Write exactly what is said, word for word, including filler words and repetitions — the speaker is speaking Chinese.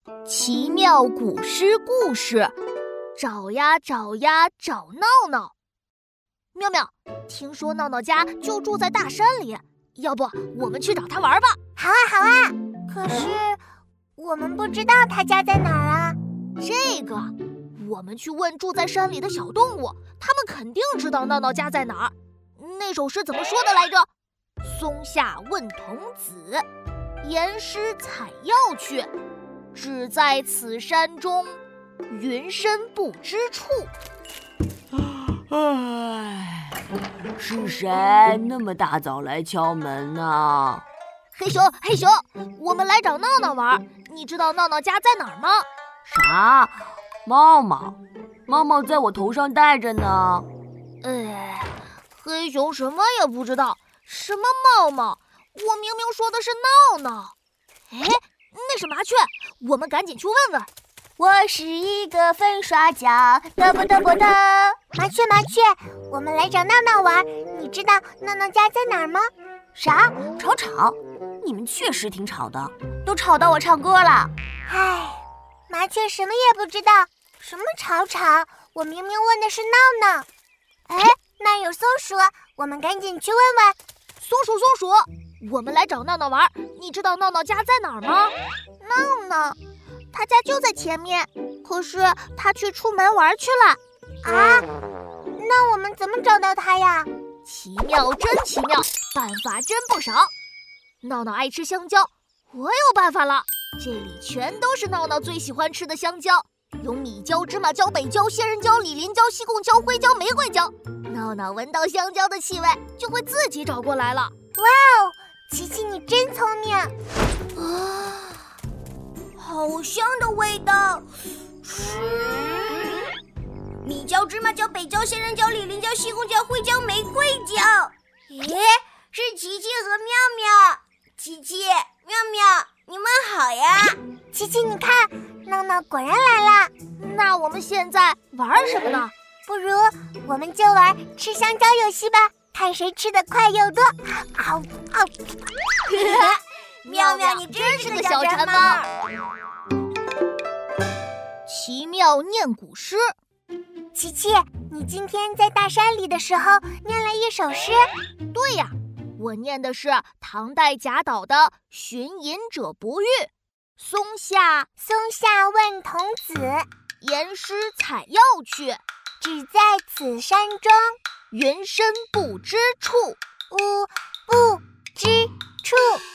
奇妙古诗故事，找呀找呀找闹闹。妙妙，听说闹闹家就住在大山里，要不我们去找他玩吧？ 好啊好啊，可是我们不知道他家在哪儿啊。 这个我们去问住在山里的小动物，他们肯定知道闹闹家在哪儿。那首诗怎么说的来着？松下问童子，言师采药去，只在此山中，云深不知处。 唉，是谁那么大早来敲门呢？ 黑熊，黑熊，我们来找闹闹玩，你知道闹闹家在哪儿吗？ 啥？帽帽？帽帽在我头上戴着呢。 哎，黑熊什么也不知道，什么帽帽？我明明说的是闹闹。哎，那是麻雀，我们赶紧去问问。 我是一个粉刷匠，嘚啵嘚啵嘚。麻雀麻雀，我们来找闹闹玩，你知道闹闹家在哪儿吗？ 啥？吵吵？你们确实挺吵的，都吵到我唱歌了。 唉，麻雀什么也不知道，什么吵吵？我明明问的是闹闹。哎，那有松鼠，我们赶紧去问问。 松鼠松鼠，我们来找闹闹玩，你知道闹闹家在哪儿吗？ 闹闹，他家就在前面，可是他去出门玩去了。啊，那我们怎么找到他呀？ 奇妙真奇妙，办法真不少。闹闹爱吃香蕉，我有办法了，这里全都是闹闹最喜欢吃的香蕉，有米椒、芝麻椒、北椒、仙人椒、李林椒、西贡椒、灰椒、玫瑰椒。闹闹闻到香蕉的气味，就会自己找过来了。 哇哦，琪琪你真聪明啊！好香的味道，米椒、芝麻椒、北椒、仙人椒、李林椒、西贡椒、灰椒、玫瑰椒。咦，是琪琪和妙妙。琪琪、妙妙，你们好呀！ 琪琪，你看，闹闹果然来了。 那我们现在玩什么呢？ 不如我们就玩吃香蕉游戏吧，看谁吃得快又多。嗷嗷！ 妙妙，你真是个小馋猫。 奇妙念古诗。 琪琪，你今天在大山里的时候念了一首诗。 对呀，我念的是唐代贾岛的《寻隐者不遇》。松下松下问童子， 言师采药去， 只在此山中， 云深不知处。 无不知处。